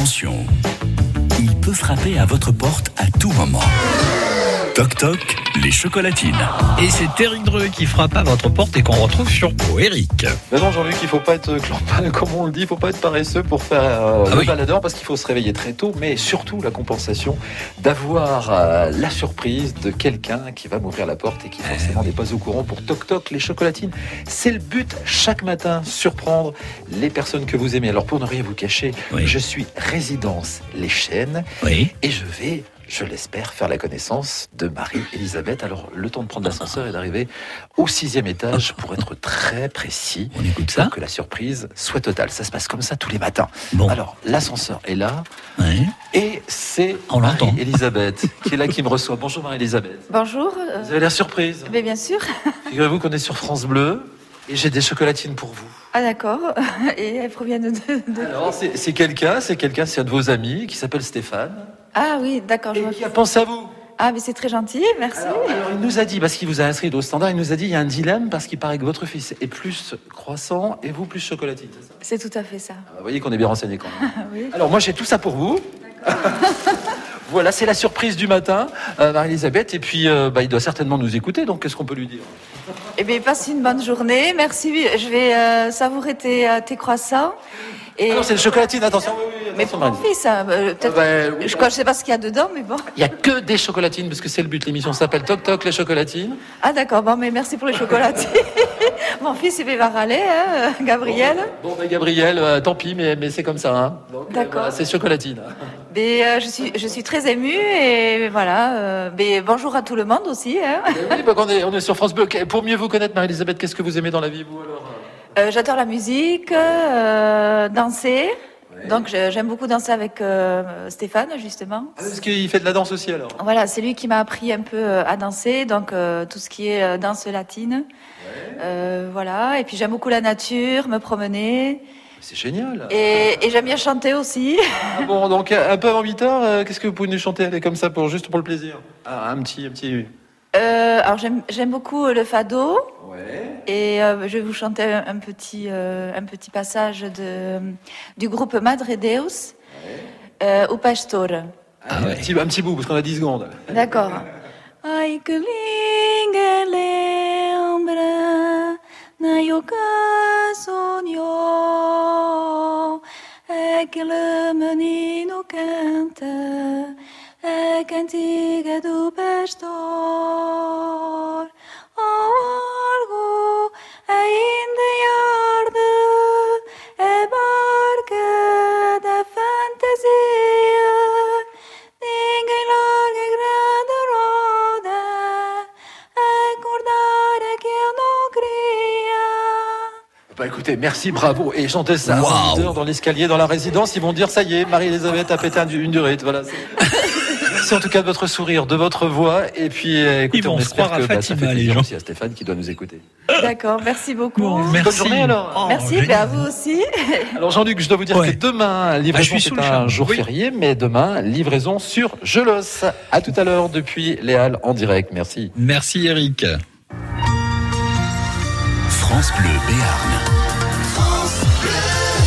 Attention, il peut frapper à votre porte à tout moment. Toc toc, les chocolatines. Et c'est Eric Dreux qui frappe à votre porte et qu'on retrouve sur Pau. Eric. Mais non, Jean-Luc, il faut pas être clampin, comme on le dit, il faut pas être paresseux pour faire le baladeur, parce qu'il faut se réveiller très tôt, mais surtout la compensation d'avoir la surprise de quelqu'un qui va m'ouvrir la porte et qui forcément n'est pas au courant pour Toc Toc, les chocolatines. C'est le but, chaque matin, surprendre les personnes que vous aimez. Alors pour ne rien vous cacher, je suis résidence Les Chênes et je vais, je l'espère, faire la connaissance de Marie-Elisabeth. Alors, le temps de prendre l'ascenseur et d'arriver au 6e étage pour être très précis. On écoute ça. Pour que la surprise soit totale. Ça se passe comme ça tous les matins. Bon. Alors, l'ascenseur est là. Et c'est Marie-Elisabeth qui est là, qui me reçoit. Bonjour Marie-Elisabeth. Bonjour. Vous avez l'air surprise. Mais bien sûr. Figurez-vous qu'on est sur France Bleu et j'ai des chocolatines pour vous. Ah d'accord. Et elles proviennent de... Alors, c'est quelqu'un, c'est un de vos amis qui s'appelle Stéphane. Ah oui, d'accord. Et qui a pensé à vous. Ah, mais c'est très gentil, merci. Alors, il nous a dit, parce qu'il vous a inscrit au standard, il nous a dit, il y a un dilemme, parce qu'il paraît que votre fils est plus croissant et vous plus chocolatine, c'est ça ? C'est tout à fait ça. Vous voyez qu'on est bien renseigné quand même. Oui. Alors moi j'ai tout ça pour vous. Voilà, c'est la surprise du matin, Marie-Elisabeth, et puis il doit certainement nous écouter, donc qu'est-ce qu'on peut lui dire ? Eh bien, passe une bonne journée, merci. Je vais savourer tes croissants. Et... Alors c'est le chocolatine, attention. Mais pour mon fils, peut-être. Je ne sais pas ce qu'il y a dedans, mais bon. Il n'y a que des chocolatines, parce que c'est le but. L'émission s'appelle Toc Toc, les chocolatines. Ah d'accord, bon, mais merci pour les chocolatines. Mon fils, il va râler, hein, Gabriel. Bon, Gabriel, tant pis, mais c'est comme ça. Hein. D'accord. C'est chocolatine. Mais, je suis très émue et voilà. Mais bonjour à tout le monde aussi. Hein. Oui, on est sur France Bleu. Pour mieux vous connaître, Marie-Elisabeth, qu'est-ce que vous aimez dans la vie, vous alors ? J'adore la musique, danser. Ouais. Donc j'aime beaucoup danser avec Stéphane justement. Ah, est-ce qu'il fait de la danse aussi alors ? Voilà, c'est lui qui m'a appris un peu à danser, donc tout ce qui est danse latine. Ouais. Voilà, et puis j'aime beaucoup la nature, me promener. C'est génial. Et j'aime bien chanter aussi. Ah bon, donc un peu avant 8h, qu'est-ce que vous pouvez nous chanter comme ça, juste pour le plaisir ? Un petit... Alors j'aime beaucoup le fado. Ouais. Et je vais vous chanter un petit passage du groupe Madre Deus, O Pastor. Un petit bout, parce qu'on a 10 secondes. D'accord. Ai que linga lembra na sonho é que le menino canta a cantiga do pastor. Ainda arde a barca da fantasia. Ninguém larga a grande roda, acordar é que eu não queria. Écoutez, merci, bravo. Et chantez ça à 8h dans l'escalier, dans la résidence. Ils vont dire, ça y est, Marie-Elisabeth a pété une durite. Voilà. Merci en tout cas de votre sourire, de votre voix. Et puis, écoutez, on espère que ça fait plaisir aussi à Stéphane qui doit nous écouter. D'accord, merci beaucoup. Bon, merci. Bonne journée alors. Merci, et à vous aussi. Alors Jean-Luc, je dois vous dire que demain, livraison, c'est un jour férié, mais demain, livraison sur Gelos. À tout à l'heure depuis les Halles en direct. Merci. Merci Eric. France Bleu Béarn.